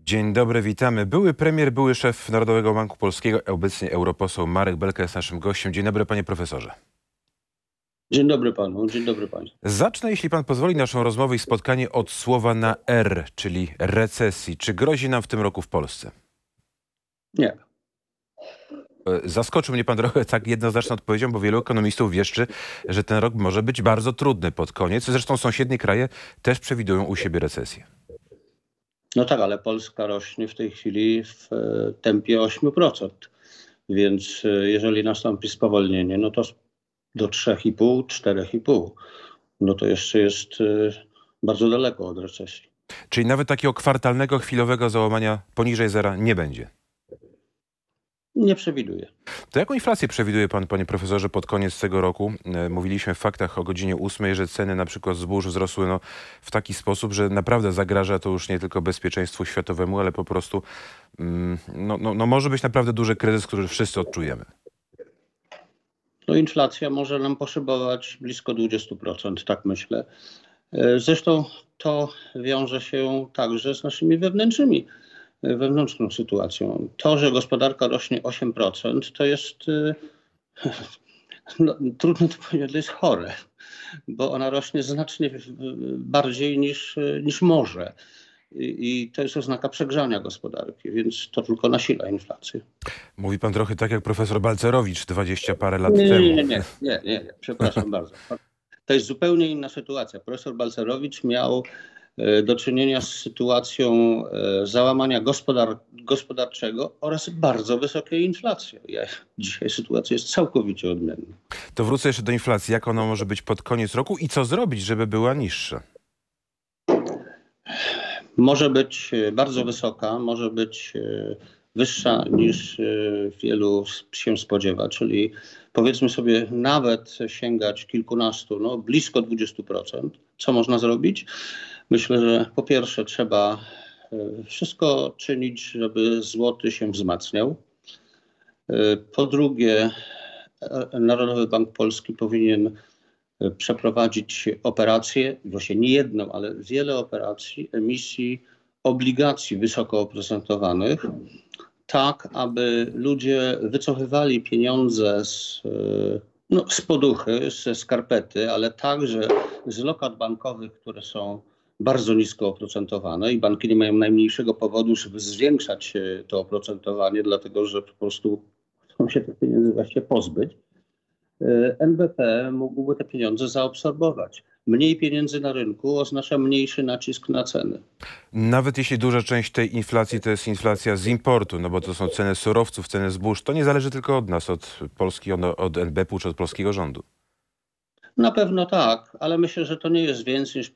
Dzień dobry, witamy. Były premier, były szef Narodowego Banku Polskiego, obecnie europoseł Marek Belka jest naszym gościem. Dzień dobry, panie profesorze. Dzień dobry panu, dzień dobry państwu. Zacznę, jeśli pan pozwoli, naszą rozmowę i spotkanie od słowa na R, czyli recesji. Czy grozi nam w tym roku w Polsce? Nie. Zaskoczył mnie pan trochę tak jednoznaczną odpowiedzią, bo wielu ekonomistów wieszczy, że ten rok może być bardzo trudny pod koniec. Zresztą sąsiednie kraje też przewidują u siebie recesję. No tak, ale Polska rośnie w tej chwili w tempie 8%. Więc jeżeli nastąpi spowolnienie, no to do 3,5, 4,5. No to jeszcze jest bardzo daleko od recesji. Czyli nawet takiego kwartalnego, chwilowego załamania poniżej zera nie będzie? Nie przewiduję. To jaką inflację przewiduje pan, panie profesorze, pod koniec tego roku? Mówiliśmy w faktach o godzinie 8, że ceny na przykład zbóż wzrosły w taki sposób, że naprawdę zagraża to już nie tylko bezpieczeństwu światowemu, ale po prostu może być naprawdę duży kryzys, który wszyscy odczujemy. No inflacja może nam poszybować blisko 20%, tak myślę. Zresztą to wiąże się także z naszymi wewnętrzną sytuacją. To, że gospodarka rośnie 8%, to jest, trudno to powiedzieć, to jest chore, bo ona rośnie znacznie bardziej niż może. I to jest oznaka przegrzania gospodarki, więc to tylko nasila inflację. Mówi pan trochę tak jak profesor Balcerowicz 20 parę lat Nie, temu. nie, przepraszam bardzo. To jest zupełnie inna sytuacja. Profesor Balcerowicz miał do czynienia z sytuacją załamania gospodarczego oraz bardzo wysokiej inflacji. Dzisiaj sytuacja jest całkowicie odmienna. To wrócę jeszcze do inflacji. Jak ona może być pod koniec roku i co zrobić, żeby była niższa? Może być bardzo wysoka, może być wyższa niż wielu się spodziewa, czyli powiedzmy sobie nawet sięgać kilkunastu, no blisko 20%. Co można zrobić? Myślę, że po pierwsze trzeba wszystko czynić, żeby złoty się wzmacniał. Po drugie, Narodowy Bank Polski powinien przeprowadzić operacje, właśnie nie jedną, ale wiele operacji emisji obligacji wysoko oprocentowanych, tak aby ludzie wycofywali pieniądze z poduchy, ze skarpety, ale także z lokat bankowych, które są bardzo nisko oprocentowane i banki nie mają najmniejszego powodu, żeby zwiększać to oprocentowanie, dlatego że po prostu chcą się tych pieniędzy właśnie pozbyć. NBP mógłby te pieniądze zaabsorbować. Mniej pieniędzy na rynku oznacza mniejszy nacisk na ceny. Nawet jeśli duża część tej inflacji to jest inflacja z importu, no bo to są ceny surowców, ceny zbóż, to nie zależy tylko od nas, od Polski, od NBP-u czy od polskiego rządu. Na pewno tak, ale myślę, że to nie jest więcej niż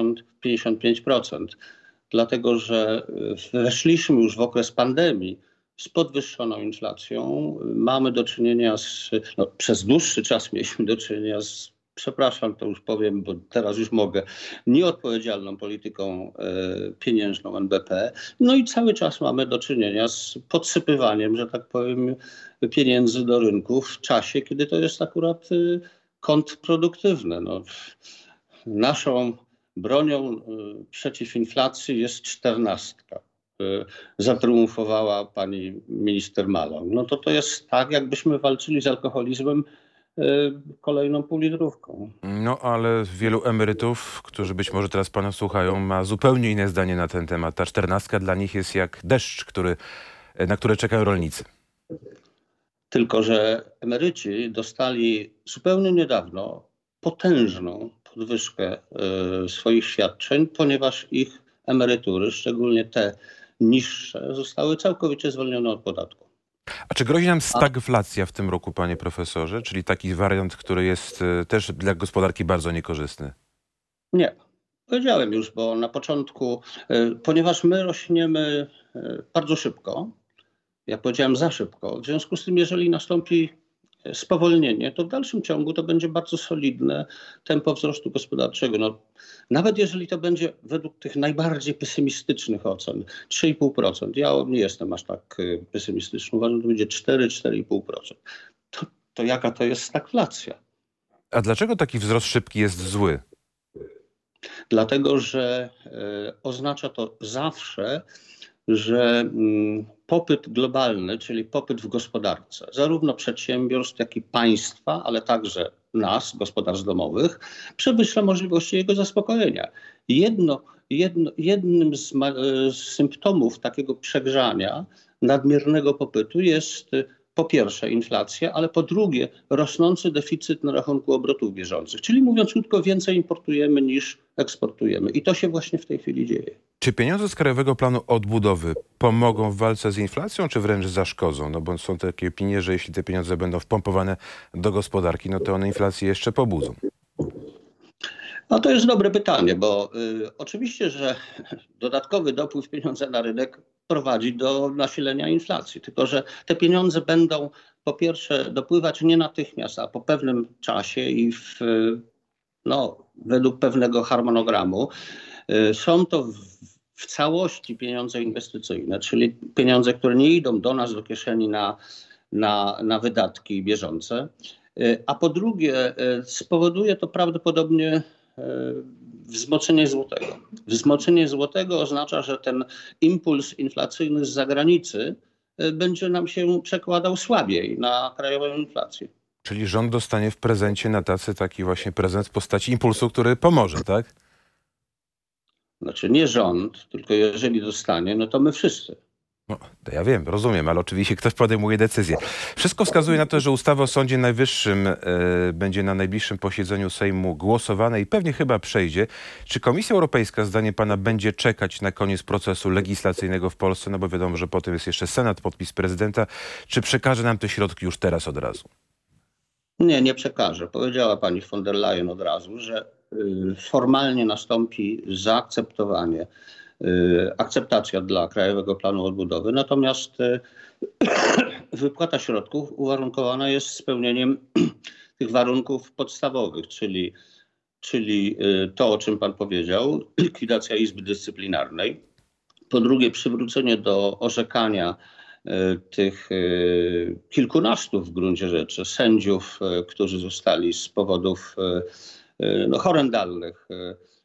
50-55%, dlatego że weszliśmy już w okres pandemii z podwyższoną inflacją. Mamy do czynienia przez dłuższy czas mieliśmy do czynienia przepraszam, to już powiem, bo teraz już mogę, nieodpowiedzialną polityką pieniężną NBP. No i cały czas mamy do czynienia z podsypywaniem, że tak powiem, pieniędzy do rynku w czasie, kiedy to jest akurat kontrproduktywne. No, naszą bronią przeciw inflacji jest 14. Zatriumfowała pani minister Maląg. No to jest tak, jakbyśmy walczyli z alkoholizmem kolejną półlitrówką. No ale wielu emerytów, którzy być może teraz pana słuchają, ma zupełnie inne zdanie na ten temat. Ta 14 dla nich jest jak deszcz, na który czekają rolnicy. Tylko że emeryci dostali zupełnie niedawno potężną podwyżkę swoich świadczeń, ponieważ ich emerytury, szczególnie te niższe, zostały całkowicie zwolnione od podatku. A czy grozi nam stagflacja w tym roku, panie profesorze? Czyli taki wariant, który jest też dla gospodarki bardzo niekorzystny? Nie. Powiedziałem już, bo na początku, ponieważ my rośniemy bardzo szybko, ja powiedziałem za szybko, w związku z tym, jeżeli nastąpi spowolnienie, to w dalszym ciągu to będzie bardzo solidne tempo wzrostu gospodarczego. No, nawet jeżeli to będzie według tych najbardziej pesymistycznych ocen 3,5%, ja nie jestem aż tak pesymistyczny, uważam, że to będzie 4-4,5%. To jaka to jest stagflacja? A dlaczego taki wzrost szybki jest zły? Dlatego, że oznacza to zawsze że popyt globalny, czyli popyt w gospodarce, zarówno przedsiębiorstw, jak i państwa, ale także nas, gospodarstw domowych, przewyższa możliwości jego zaspokojenia. Jednym z symptomów takiego przegrzania, nadmiernego popytu jest po pierwsze inflacja, ale po drugie rosnący deficyt na rachunku obrotów bieżących. Czyli mówiąc krótko, więcej importujemy niż eksportujemy. I to się właśnie w tej chwili dzieje. Czy pieniądze z Krajowego Planu Odbudowy pomogą w walce z inflacją, czy wręcz zaszkodzą? No bo są takie opinie, że jeśli te pieniądze będą wpompowane do gospodarki, no to one inflację jeszcze pobudzą. No to jest dobre pytanie, bo oczywiście, że dodatkowy dopływ pieniądza na rynek prowadzi do nasilenia inflacji, tylko że te pieniądze będą po pierwsze dopływać nie natychmiast, a po pewnym czasie i według pewnego harmonogramu. Są to w całości pieniądze inwestycyjne, czyli pieniądze, które nie idą do nas do kieszeni na wydatki bieżące. A po drugie, spowoduje to prawdopodobnie wzmocnienie złotego. Wzmocnienie złotego oznacza, że ten impuls inflacyjny z zagranicy będzie nam się przekładał słabiej na krajową inflację. Czyli rząd dostanie w prezencie na tacy taki właśnie prezent w postaci impulsu, który pomoże, tak? Znaczy nie rząd, tylko jeżeli dostanie, no to my wszyscy. No, to ja wiem, rozumiem, ale oczywiście ktoś podejmuje decyzję. Wszystko wskazuje na to, że ustawa o Sądzie Najwyższym będzie na najbliższym posiedzeniu Sejmu głosowana i pewnie chyba przejdzie. Czy Komisja Europejska, zdaniem pana, będzie czekać na koniec procesu legislacyjnego w Polsce? No bo wiadomo, że potem jest jeszcze Senat, podpis prezydenta. Czy przekaże nam te środki już teraz od razu? Nie przekaże. Powiedziała pani von der Leyen od razu, że formalnie nastąpi zaakceptowanie, akceptacja dla Krajowego Planu Odbudowy, natomiast wypłata środków uwarunkowana jest spełnieniem tych warunków podstawowych, czyli to, o czym pan powiedział, likwidacja Izby Dyscyplinarnej, po drugie przywrócenie do orzekania tych kilkunastu w gruncie rzeczy sędziów, którzy zostali z powodów horrendalnych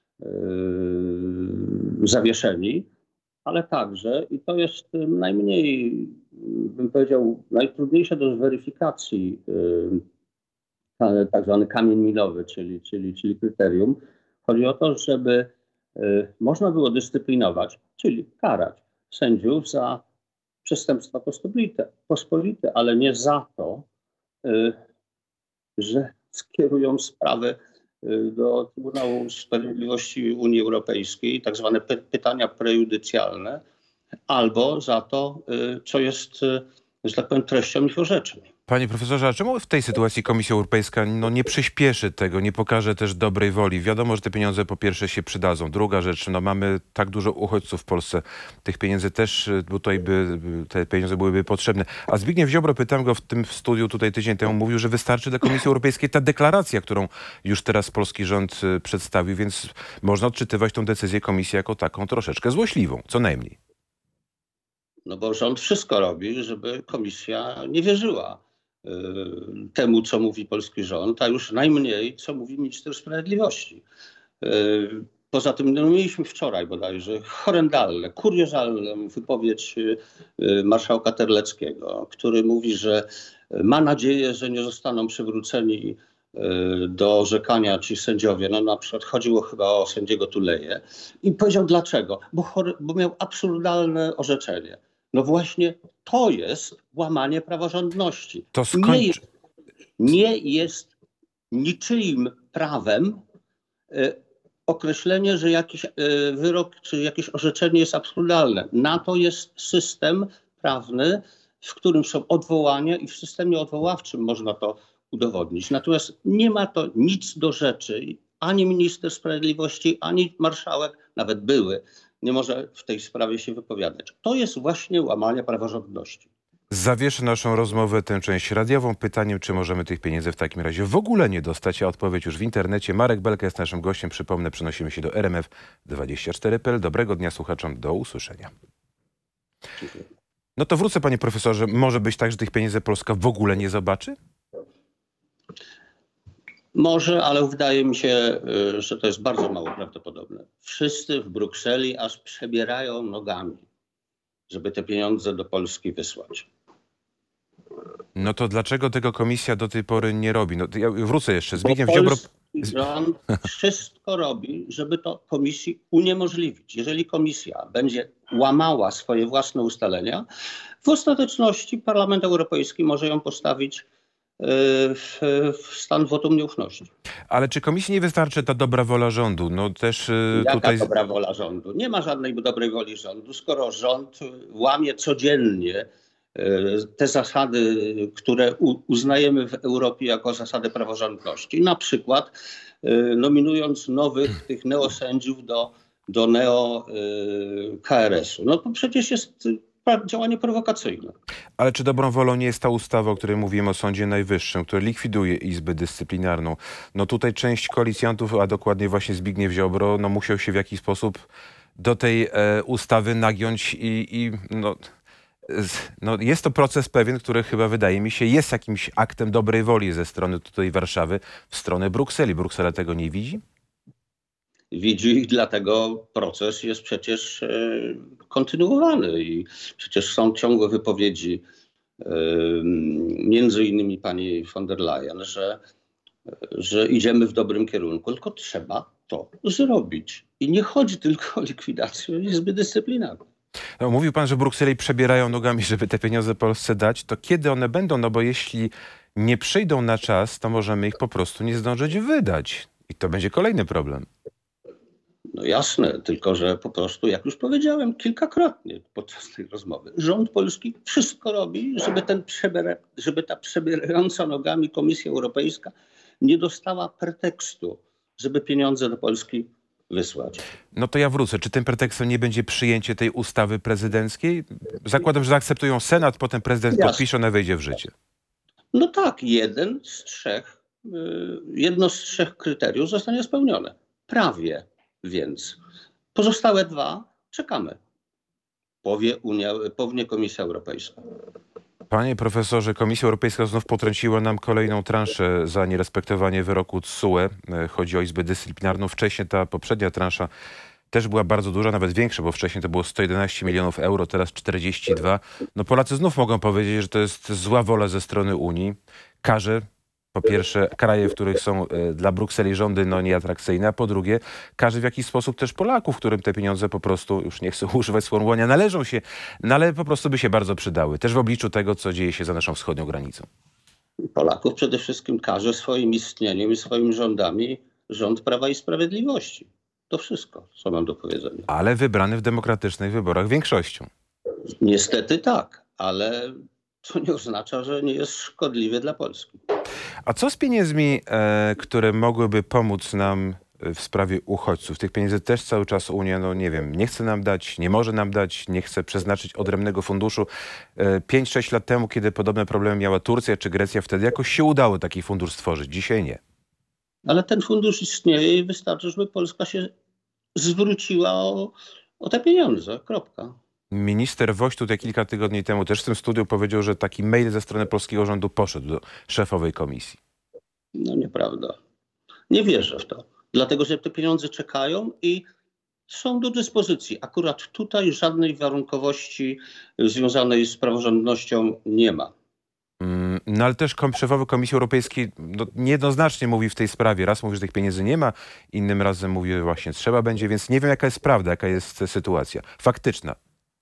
zawieszeni, ale także, i to jest najmniej, bym powiedział, najtrudniejsze do zweryfikacji, tak zwany kamień milowy, czyli kryterium. Chodzi o to, żeby można było dyscyplinować, czyli karać sędziów za przestępstwa pospolite, ale nie za to, że skierują sprawę do Trybunału Sprawiedliwości Unii Europejskiej, tak zwane pytania prejudycjalne, albo za to, co jest, że tak powiem, treścią ich orzeczeń. Panie profesorze, a czemu w tej sytuacji Komisja Europejska nie przyspieszy tego, nie pokaże też dobrej woli? Wiadomo, że te pieniądze po pierwsze się przydadzą. Druga rzecz, mamy tak dużo uchodźców w Polsce. Tych pieniędzy też tutaj te pieniądze byłyby potrzebne. A Zbigniew Ziobro, pytam go w tym studiu tutaj tydzień temu, mówił, że wystarczy dla Komisji Europejskiej ta deklaracja, którą już teraz polski rząd przedstawił, więc można odczytywać tą decyzję Komisji jako taką troszeczkę złośliwą, co najmniej. No bo rząd wszystko robi, żeby Komisja nie wierzyła temu, co mówi polski rząd, a już najmniej, co mówi minister sprawiedliwości. Poza tym mieliśmy wczoraj bodajże horrendalne, kuriozalną wypowiedź marszałka Terleckiego, który mówi, że ma nadzieję, że nie zostaną przywróceni do orzekania ci sędziowie. No na przykład chodziło chyba o sędziego Tuleję. I powiedział dlaczego? Bo miał absurdalne orzeczenie. No właśnie to jest łamanie praworządności. To Nie jest niczyim prawem określenie, że jakiś wyrok czy jakieś orzeczenie jest absurdalne. Na to jest system prawny, w którym są odwołania i w systemie odwoławczym można to udowodnić. Natomiast nie ma to nic do rzeczy. Ani minister sprawiedliwości, ani marszałek, nawet były, nie może w tej sprawie się wypowiadać. To jest właśnie łamanie praworządności. Zawieszę naszą rozmowę, tę część radiową, pytaniem, czy możemy tych pieniędzy w takim razie w ogóle nie dostać, a odpowiedź już w internecie. Marek Belka jest naszym gościem. Przypomnę, przenosimy się do RMF24.pl. Dobrego dnia słuchaczom, do usłyszenia. Dziękuję. No to wrócę, panie profesorze. Może być tak, że tych pieniędzy Polska w ogóle nie zobaczy? Może, ale wydaje mi się, że to jest bardzo mało prawdopodobne. Wszyscy w Brukseli aż przebierają nogami. żeby te pieniądze do Polski wysłać. No to dlaczego tego komisja do tej pory nie robi? No to ja wrócę jeszcze. Bo Zbigniew Ziobro... polski rząd wszystko robi, żeby to komisji uniemożliwić. Jeżeli komisja będzie łamała swoje własne ustalenia, w ostateczności Parlament Europejski może ją postawić w stan wotum nieufności. Ale czy komisji nie wystarczy ta dobra wola rządu? No też Jaka tutaj... dobra wola rządu? Nie ma żadnej dobrej woli rządu, skoro rząd łamie codziennie te zasady, które uznajemy w Europie jako zasady praworządności. Na przykład nominując nowych tych neosędziów do neo-KRS-u. No to przecież jest działanie prowokacyjne. Ale czy dobrą wolą nie jest ta ustawa, o której mówimy, o Sądzie Najwyższym, która likwiduje Izbę Dyscyplinarną? No tutaj część koalicjantów, a dokładnie właśnie Zbigniew Ziobro, no musiał się w jakiś sposób do tej ustawy nagiąć i no jest to proces pewien, który chyba wydaje mi się jest jakimś aktem dobrej woli ze strony tutaj Warszawy w stronę Brukseli. Bruksela tego nie widzi? Widzi i dlatego proces jest przecież kontynuowany i przecież są ciągłe wypowiedzi między innymi pani von der Leyen, że idziemy w dobrym kierunku, tylko trzeba to zrobić. I nie chodzi tylko o likwidację Izby Dyscyplinarnej. No, mówił pan, że w Brukseli przebierają nogami, żeby te pieniądze Polsce dać. To kiedy one będą? No bo jeśli nie przyjdą na czas, to możemy ich po prostu nie zdążyć wydać. I to będzie kolejny problem. No jasne, tylko że po prostu, jak już powiedziałem kilkakrotnie podczas tej rozmowy, rząd polski wszystko robi, żeby ta przebierająca nogami Komisja Europejska nie dostała pretekstu, żeby pieniądze do Polski wysłać. No to ja wrócę. Czy tym pretekstem nie będzie przyjęcie tej ustawy prezydenckiej? Zakładam, że zaakceptują Senat, potem prezydent podpisze, ona wejdzie w życie. No tak, jedno z trzech kryteriów zostanie spełnione. Prawie więc. Pozostałe dwa czekamy. Powie Komisja Europejska. Panie profesorze, Komisja Europejska znów potrąciła nam kolejną transzę za nierespektowanie wyroku TSUE. Chodzi o Izbę Dyscyplinarną. Wcześniej ta poprzednia transza też była bardzo duża, nawet większa, bo wcześniej to było 111 milionów euro, teraz 42. No Polacy znów mogą powiedzieć, że to jest zła wola ze strony Unii. Karze, po pierwsze, kraje, w których są dla Brukseli rządy nieatrakcyjne, a po drugie, każe w jakiś sposób też Polaków, którym te pieniądze po prostu, już nie chcę używać sformułowania, należą się, no ale po prostu by się bardzo przydały. Też w obliczu tego, co dzieje się za naszą wschodnią granicą. Polaków przede wszystkim każe swoim istnieniem i swoimi rządami rząd Prawa i Sprawiedliwości. To wszystko, co mam do powiedzenia. Ale wybrany w demokratycznych wyborach większością. Niestety tak, ale to nie oznacza, że nie jest szkodliwy dla Polski. A co z pieniędzmi, które mogłyby pomóc nam w sprawie uchodźców? Tych pieniędzy też cały czas Unia, no nie wiem, nie chce nam dać, nie może nam dać, nie chce przeznaczyć odrębnego funduszu. 5-6 lat temu, kiedy podobne problemy miała Turcja czy Grecja, wtedy jakoś się udało taki fundusz stworzyć. Dzisiaj nie. Ale ten fundusz istnieje i wystarczy, żeby Polska się zwróciła o te pieniądze. Kropka. Minister Woś tutaj kilka tygodni temu też w tym studiu powiedział, że taki mail ze strony polskiego rządu poszedł do szefowej komisji. No nieprawda. Nie wierzę w to. Dlatego, że te pieniądze czekają i są do dyspozycji. Akurat tutaj żadnej warunkowości związanej z praworządnością nie ma. No ale też szefowy Komisji Europejskiej niejednoznacznie mówi w tej sprawie. Raz mówi, że tych pieniędzy nie ma, innym razem mówi, że właśnie trzeba będzie, więc nie wiem, jaka jest prawda, jaka jest sytuacja faktyczna.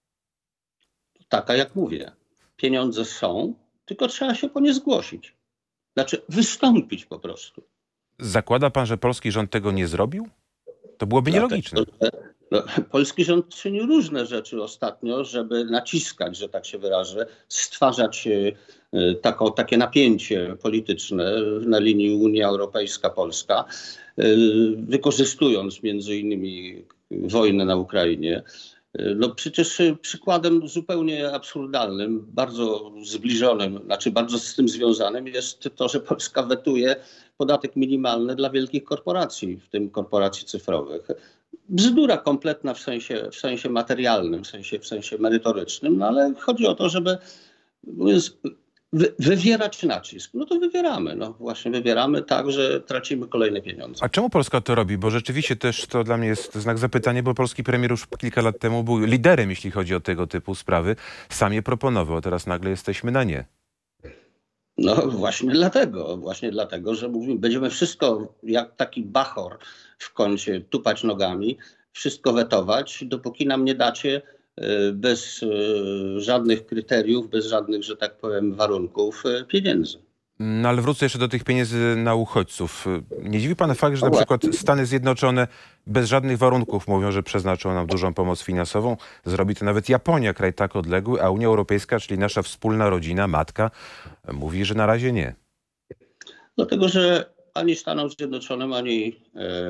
Taka jak mówię. Pieniądze są, tylko trzeba się po nie zgłosić. Znaczy wystąpić po prostu. Zakłada pan, że polski rząd tego nie zrobił? To byłoby nielogiczne. Polski rząd czyni różne rzeczy ostatnio, żeby naciskać, że tak się wyrażę, stwarzać takie napięcie polityczne na linii Unia Europejska-Polska, wykorzystując między innymi wojnę na Ukrainie. No przecież przykładem zupełnie absurdalnym, bardzo zbliżonym, znaczy bardzo z tym związanym jest to, że Polska wetuje podatek minimalny dla wielkich korporacji, w tym korporacji cyfrowych. Bzdura kompletna w sensie materialnym, w sensie merytorycznym, no ale chodzi o to, żeby wywierać nacisk. No to wywieramy. No właśnie wywieramy tak, że tracimy kolejne pieniądze. A czemu Polska to robi? Bo rzeczywiście też to dla mnie jest znak zapytania, bo polski premier już kilka lat temu był liderem, jeśli chodzi o tego typu sprawy. Sam je proponował, a teraz nagle jesteśmy na nie. No właśnie dlatego, że mówimy, będziemy wszystko jak taki bachor w kącie tupać nogami, wszystko wetować, dopóki nam nie dacie bez żadnych kryteriów, bez żadnych, że tak powiem, warunków pieniędzy. No ale wrócę jeszcze do tych pieniędzy na uchodźców. Nie dziwi pana fakt, że na No przykład Stany Zjednoczone bez żadnych warunków mówią, że przeznaczą nam dużą pomoc finansową. Zrobi to nawet Japonia, kraj tak odległy, a Unia Europejska, czyli nasza wspólna rodzina, matka, mówi, że na razie nie. Dlatego, że ani Stanom Zjednoczonym, ani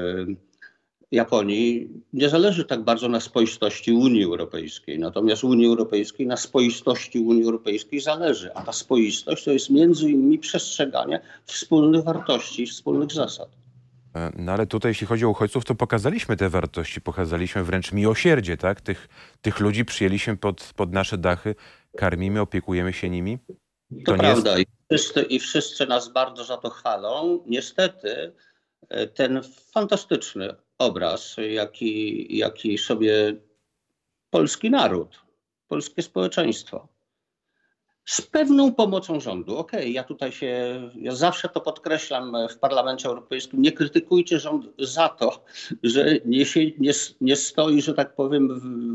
Japonii nie zależy tak bardzo na spoistości Unii Europejskiej. Natomiast Unii Europejskiej, na spoistości Unii Europejskiej zależy. A ta spoistość to jest między innymi przestrzeganie wspólnych wartości i wspólnych zasad. No ale tutaj, jeśli chodzi o uchodźców, to pokazaliśmy te wartości, pokazaliśmy wręcz miłosierdzie, tak? Tych ludzi przyjęliśmy pod nasze dachy, karmimy, opiekujemy się nimi. To nie prawda. I wszyscy nas bardzo za to chwalą. Niestety ten fantastyczny obraz, jaki sobie polski naród, polskie społeczeństwo z pewną pomocą rządu. Ja zawsze to podkreślam w Parlamencie Europejskim, nie krytykujcie rząd za to, że nie stoi, że tak powiem,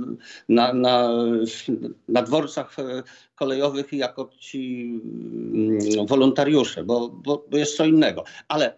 na dworcach kolejowych jako ci wolontariusze, bo jest co innego. Ale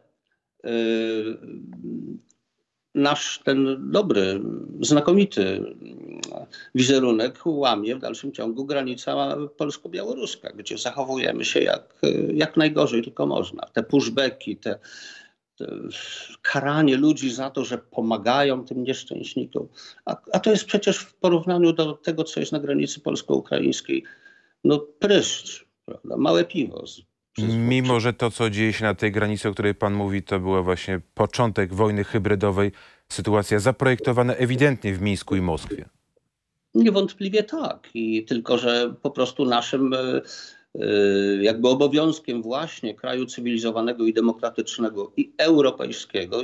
nasz ten dobry, znakomity wizerunek łamie w dalszym ciągu granica polsko-białoruska, gdzie zachowujemy się jak najgorzej tylko można. Te pushbacki, te karanie ludzi za to, że pomagają tym nieszczęśnikom. A to jest przecież w porównaniu do tego, co jest na granicy polsko-ukraińskiej, no pryszcz, prawda? Małe piwo. Mimo że to, co dzieje się na tej granicy, o której pan mówi, to była właśnie początek wojny hybrydowej, sytuacja zaprojektowana ewidentnie w Mińsku i Moskwie. Niewątpliwie tak. I tylko, że po prostu naszym jakby obowiązkiem właśnie kraju cywilizowanego i demokratycznego i europejskiego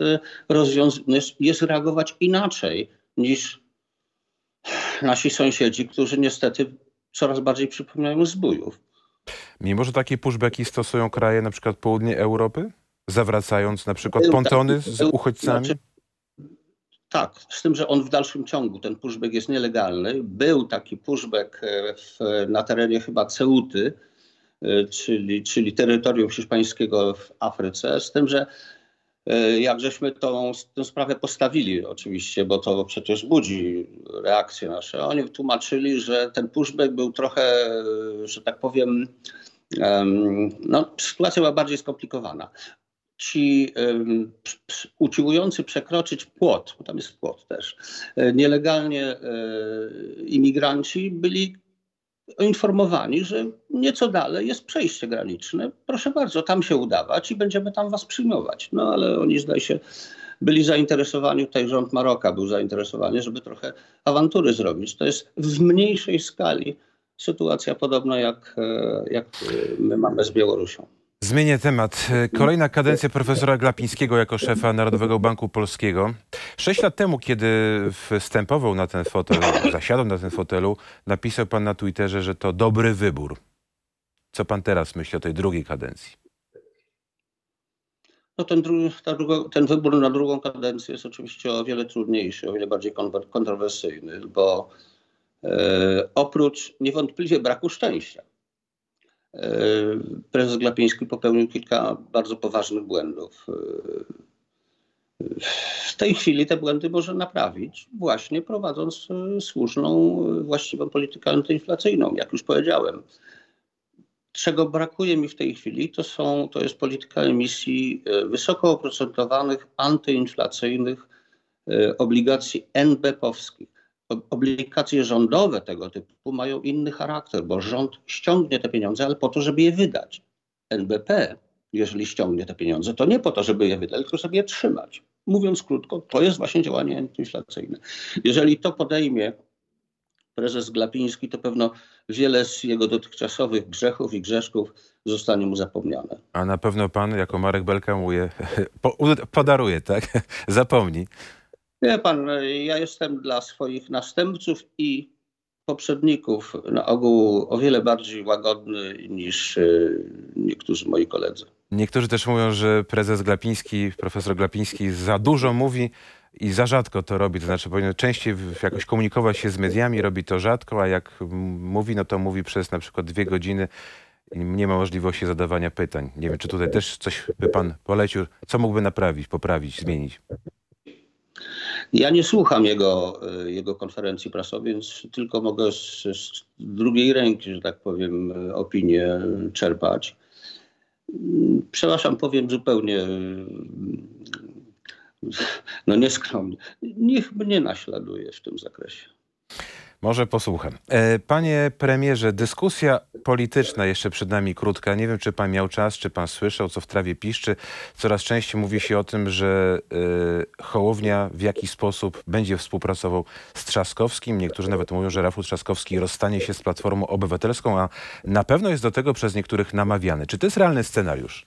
jest reagować inaczej niż nasi sąsiedzi, którzy niestety coraz bardziej przypominają zbójów. Mimo że takie pushbacki stosują kraje na przykład południe Europy, zawracając na przykład pontony z uchodźcami? Tak, z tym, że on w dalszym ciągu, ten pushback jest nielegalny. Był taki pushback na terenie chyba Ceuty, czyli terytorium hiszpańskiego w Afryce, z tym, że jak żeśmy tę sprawę postawili oczywiście, bo to przecież budzi reakcje nasze, oni tłumaczyli, że ten pushback był trochę, że tak powiem, sytuacja była bardziej skomplikowana. Ci usiłujący przekroczyć płot, bo tam jest płot też, nielegalnie imigranci byli informowani, że nieco dalej jest przejście graniczne. Proszę bardzo, tam się udawać i będziemy tam was przyjmować. No ale oni, zdaje się, byli zainteresowani, tutaj rząd Maroka był zainteresowany, żeby trochę awantury zrobić. To jest w mniejszej skali sytuacja podobna jak my mamy z Białorusią. Zmienię temat. Kolejna kadencja profesora Glapińskiego jako szefa Narodowego Banku Polskiego. 6 lat temu, kiedy wstępował na ten fotel, zasiadał na tym fotelu, napisał pan na Twitterze, że to dobry wybór. Co pan teraz myśli o tej drugiej kadencji? No ten wybór na drugą kadencję jest oczywiście o wiele trudniejszy, o wiele bardziej kontrowersyjny, bo oprócz niewątpliwie braku szczęścia, prezes Glapiński popełnił kilka bardzo poważnych błędów. W tej chwili te błędy może naprawić właśnie prowadząc słuszną, właściwą politykę antyinflacyjną, jak już powiedziałem. Czego brakuje mi w tej chwili, to jest polityka emisji wysoko oprocentowanych, antyinflacyjnych obligacji NBP-owskich. Obligacje rządowe tego typu mają inny charakter, bo rząd ściągnie te pieniądze, ale po to, żeby je wydać. NBP, jeżeli ściągnie te pieniądze, to nie po to, żeby je wydać, tylko żeby je trzymać. Mówiąc krótko, to jest właśnie działanie antyinflacyjne. Jeżeli to podejmie prezes Glapiński, to pewno wiele z jego dotychczasowych grzechów i grzeszków zostanie mu zapomniane. A na pewno pan, jako Marek Belka, mu je podaruje, tak? Zapomni. Wie pan, ja jestem dla swoich następców i poprzedników na ogół o wiele bardziej łagodny niż niektórzy moi koledzy. Niektórzy też mówią, że prezes Glapiński, profesor Glapiński za dużo mówi i za rzadko to robi. To znaczy powinien częściej jakoś komunikować się z mediami, robi to rzadko, a jak mówi, no to mówi przez na przykład 2 godziny i nie ma możliwości zadawania pytań. Nie wiem, czy tutaj też coś by pan polecił, co mógłby naprawić, poprawić, zmienić? Ja nie słucham jego konferencji prasowej, więc tylko mogę z drugiej ręki, że tak powiem, opinię czerpać. Przepraszam, powiem zupełnie nieskromnie. Niech mnie naśladuje w tym zakresie. Może posłucham. Panie premierze, dyskusja polityczna jeszcze przed nami krótka. Nie wiem, czy pan miał czas, czy pan słyszał, co w trawie piszczy. Coraz częściej mówi się o tym, że Hołownia w jakiś sposób będzie współpracował z Trzaskowskim. Niektórzy nawet mówią, że Rafał Trzaskowski rozstanie się z Platformą Obywatelską, a na pewno jest do tego przez niektórych namawiany. Czy to jest realny scenariusz?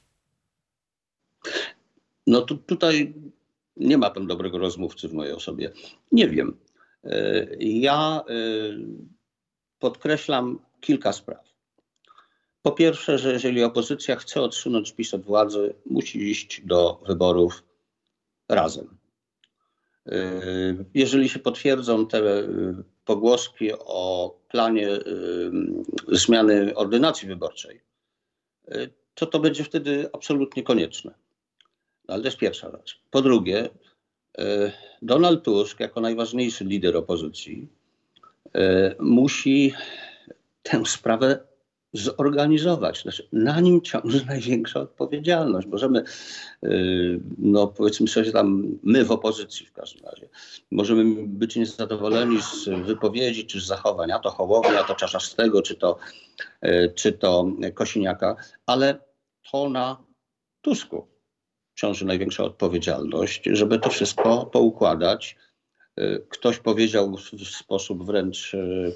No tutaj nie ma pan dobrego rozmówcy w mojej osobie. Nie wiem. Ja podkreślam kilka spraw. Po pierwsze, że jeżeli opozycja chce odsunąć PiS od władzy, musi iść do wyborów razem. Jeżeli się potwierdzą te pogłoski o planie zmiany ordynacji wyborczej, to będzie wtedy absolutnie konieczne. No, ale to jest pierwsza rzecz. Po drugie, Donald Tusk, jako najważniejszy lider opozycji, musi tę sprawę zorganizować. Znaczy, na nim ciąży największa odpowiedzialność. Możemy, powiedzmy sobie tam, my w opozycji w każdym razie, możemy być niezadowoleni z wypowiedzi czy z zachowań, a to Hołowni, a to Czarzastego, czy to Kosiniaka, ale to na Tusku ciąży największa odpowiedzialność, żeby to wszystko poukładać. Ktoś powiedział w sposób wręcz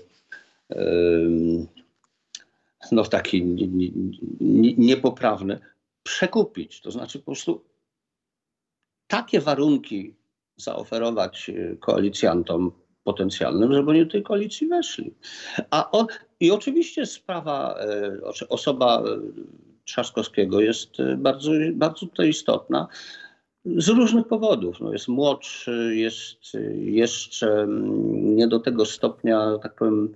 taki niepoprawny, przekupić. To znaczy po prostu takie warunki zaoferować koalicjantom potencjalnym, żeby oni do tej koalicji weszli. I oczywiście osoba Trzaskowskiego jest bardzo, bardzo tutaj istotna z różnych powodów. Jest młodszy, jest jeszcze nie do tego stopnia, tak powiem,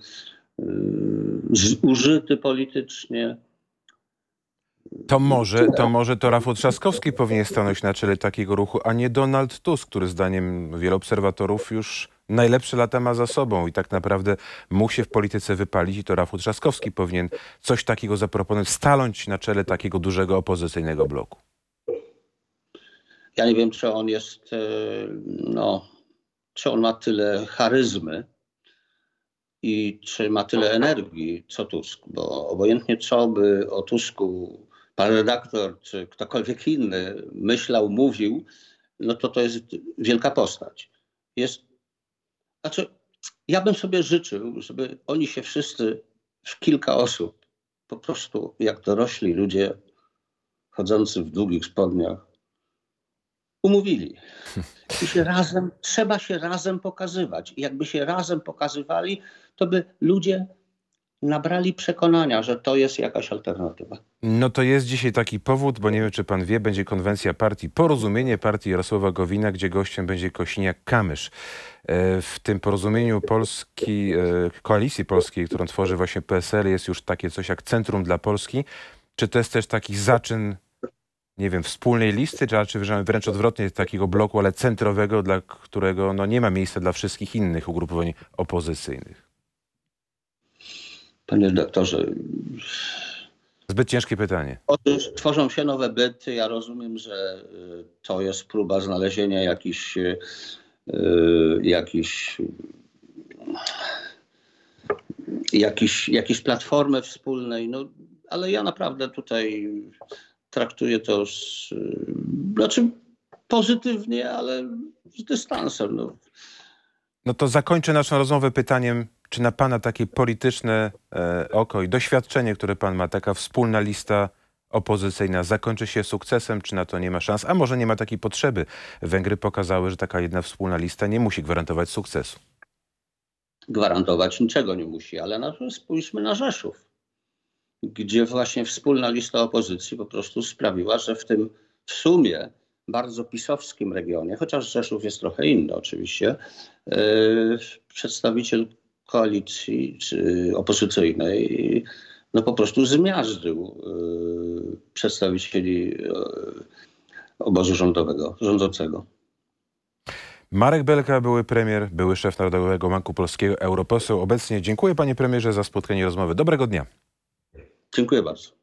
zużyty politycznie. To może to Rafał Trzaskowski powinien stanąć na czele takiego ruchu, a nie Donald Tusk, który zdaniem wielu obserwatorów już najlepsze lata ma za sobą i tak naprawdę mógł się w polityce wypalić i to Rafał Trzaskowski powinien coś takiego zaproponować, stanąć na czele takiego dużego opozycyjnego bloku. Ja nie wiem, czy on jest, czy on ma tyle charyzmy i czy ma tyle energii, co Tusk, bo obojętnie co by o Tusku pan redaktor czy ktokolwiek inny myślał, mówił, to jest wielka postać. Ja bym sobie życzył, żeby oni się wszyscy w kilka osób, po prostu jak dorośli ludzie chodzący w długich spodniach, umówili. Trzeba się razem pokazywać. I jakby się razem pokazywali, to by ludzie nabrali przekonania, że to jest jakaś alternatywa. No to jest dzisiaj taki powód, bo nie wiem, czy pan wie, będzie konwencja partii Porozumienie, partii Jarosława Gowina, gdzie gościem będzie Kosiniak-Kamysz. W tym porozumieniu Koalicji Polskiej, którą tworzy właśnie PSL, jest już takie coś jak Centrum dla Polski. Czy to jest też taki zaczyn, nie wiem, wspólnej listy, czy wręcz odwrotnie, takiego bloku, ale centrowego, dla którego nie ma miejsca dla wszystkich innych ugrupowań opozycyjnych? Panie redaktorze, Zbyt ciężkie pytanie. otóż tworzą się nowe byty. Ja rozumiem, że to jest próba znalezienia jakiejś platformy wspólnej, ale ja naprawdę tutaj traktuję to pozytywnie, ale z dystansem. No to zakończę naszą rozmowę pytaniem, Czy na pana takie polityczne oko i doświadczenie, które pan ma, taka wspólna lista opozycyjna zakończy się sukcesem, czy na to nie ma szans? A może nie ma takiej potrzeby? Węgry pokazały, że taka jedna wspólna lista nie musi gwarantować sukcesu. Gwarantować niczego nie musi, ale spójrzmy na Rzeszów, gdzie właśnie wspólna lista opozycji po prostu sprawiła, że w tym w sumie bardzo pisowskim regionie, chociaż Rzeszów jest trochę inny oczywiście, przedstawiciel koalicji czy opozycyjnej no po prostu zmiażdżył przedstawicieli obozu rządzącego. Marek Belka, były premier, były szef Narodowego Banku Polskiego, europoseł. Obecnie dziękuję panie premierze za spotkanie i rozmowę. Dobrego dnia. Dziękuję bardzo.